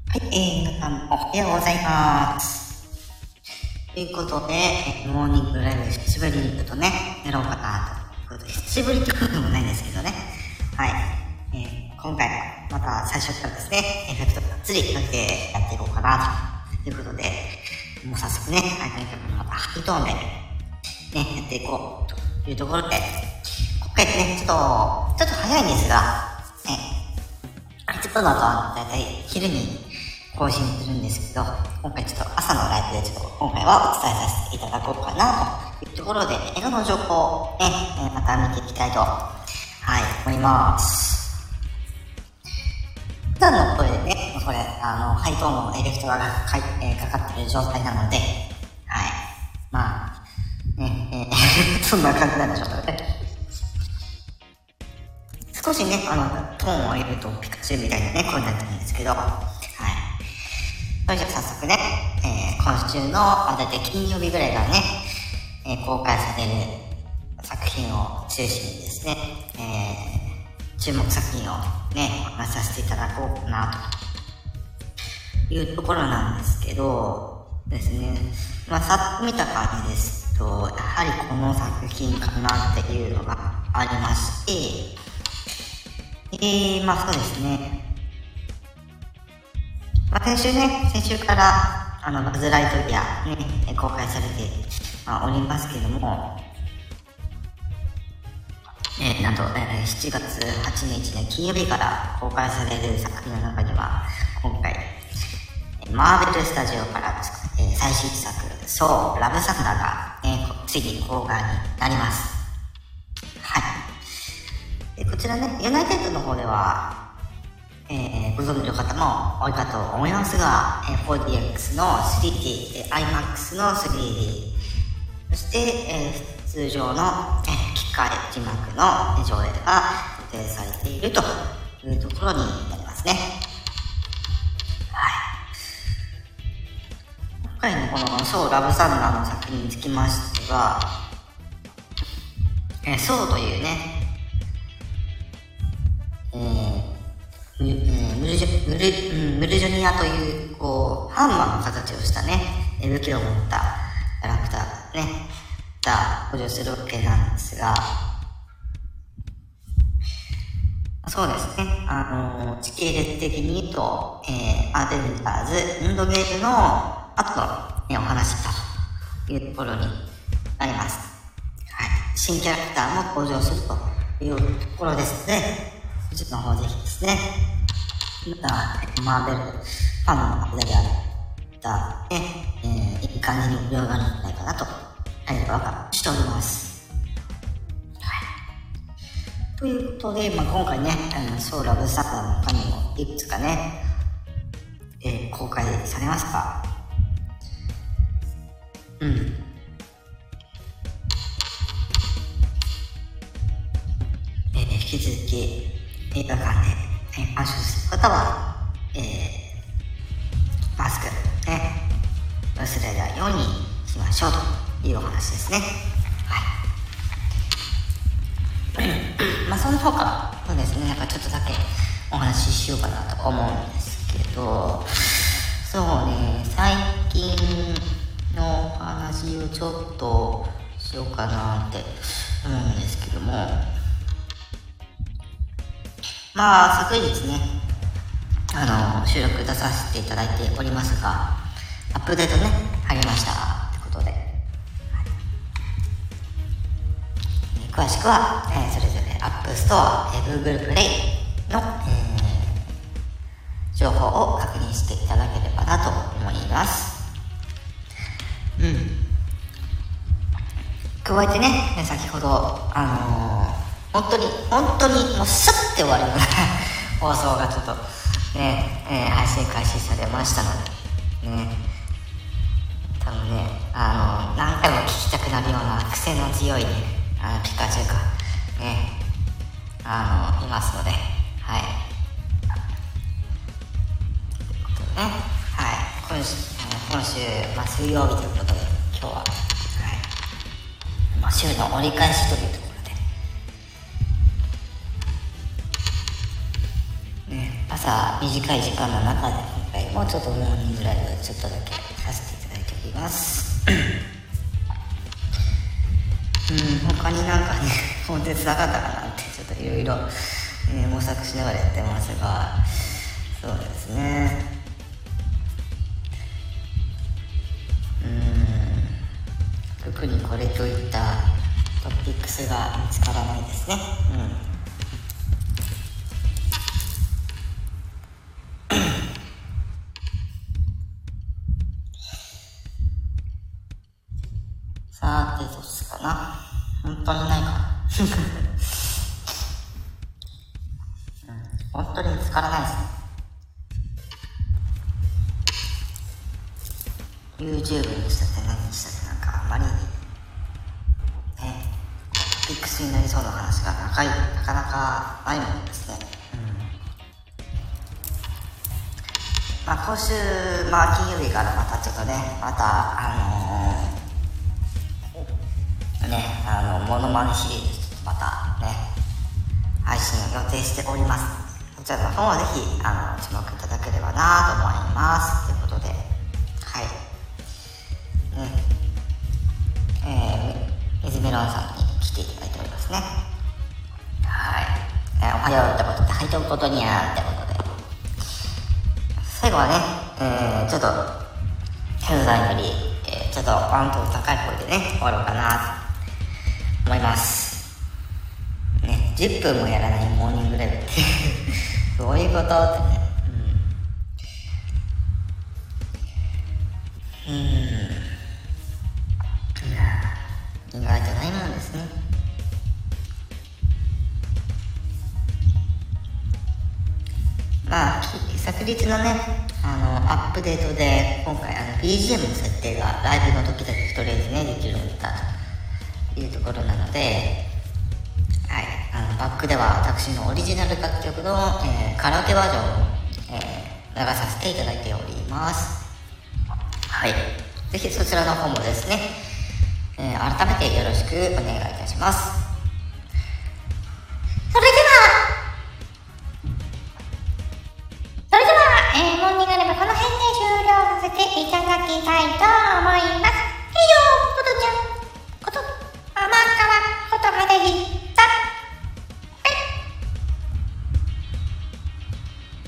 はい、皆さんおはようございます。ということで、モーニングライブ久しぶりにちょっとね、やろうかなということで、久しぶりってことでもないんですけどね。はい。今回また最初からですね、エフェクトがっつりかけてやっていこうかなということで、もう早速ね、とにかくまたハイトーンで、ね、やっていこうというところで、今回ね、ちょっと早いんですが、いつもだとだいたい昼に更新するんですけど、今回ちょっと朝のライブで今回はお伝えさせていただこうかなというところで、映画の情報をね、また見ていきたいと、思います。普段の声でね、これ、ハイトーンのエフェクトがかかっている状態なので、そんな感じなんでしょうかね。少しね、トーンを上げるとピカチュウみたいなね、声になってるんですけど、それじゃ早速ね、今週の、だいたい金曜日ぐらいからね、公開される作品を中心にですね、注目作品をね、お話しさせていただこうかなというところなんですけどですね、さっと見た感じですと、やはりこの作品かなっていうのがありまして、そうですね。先週から、バズ・ライトイヤーね、公開されて、おりますけども、なんと、7月8日の金曜日から公開される作品の中には、今回、マーベルスタジオから、最新作、ソー・ラブ・サンダーが、ついに公開になります。こちらね、ユナイテッドの方では、ご存知の方も多いかと思いますが、4DX の 3D、IMAX の 3D、そして、通常の、機械字幕の上映が予定されているというところになりますね。今回のこのソー・ラブ・サンダーの作品につきましては、ソーというね、ムルジョニアという、ハンマーの形をしたね、武器を持ったキャラクターがね、登場するわけなんですが、そうですね、時系列的に言うと、アベンジャーズエンドゲームの後の、お話だというところになります。新キャラクターも登場するというところですので、こちらの方ぜひですね、マーベルファンの方であったいい感じに盛り上がるんじゃないかなと、しております。ということで、今回ね、ソーラブサンダーの他にもいくつかね、公開されますか。引き続き映画館で、鑑賞する方は、マスク忘れないようにしましょうというお話ですね。その他そうですね、ちょっとだけお話ししようかなと思うんですけど、そうね、最近のお話をちょっとしようかなって思うんですけども、昨日ね、収録出させていただいておりますが、アップデートね、入りましたということで、詳しくは、それぞれ App Store、Google Play の、情報を確認していただければなと思います。加えてね、先ほど、本当にもうスッて終わるような放送がちょっとね、配信開始されましたのでね、多分ね、何回も聞きたくなるような癖の強いね、ピカチュウがね、いますので、ということでね、今週、水曜日ということで、今日は、週の折り返しというところで、朝短い時間の中で回もちょっとモーニングライブちょっとだけさせていただいております他になんかねコンテンツなかったかなってちょっといろいろ模索しながらやってますが、そうですね、特にこれといったトピックスが見つからないですね。さてどうすかな、本当にないかな本当に見つからないですね。YouTube にしたって何にしたってなんかあんまりねトピックスになりそうな話がなかなかないものですね。今週、金曜日からまたちょっとね、モノマネシリーズまたね配信を予定しております。こちらの方もぜひ注目いただければなと思いますということで、水メロンさんに来ていただいておりますね。おはようってことで、ということにゃーってことで、最後はね、ちょっとヘルザイより、ちょっとワントーン高い声でね終わろうかなと思いますね。10分もやらないモーニングライブってどういうことってね、意外とないもんですね。昨日のねアップデートで今回BGM の設定がライブの時だけとりあえずねできるようになったというところなので、バックでは私のオリジナル楽曲の、カラオケバージョンを、流させていただいております。ぜひそちらの方もですね、改めてよろしくお願いいたします。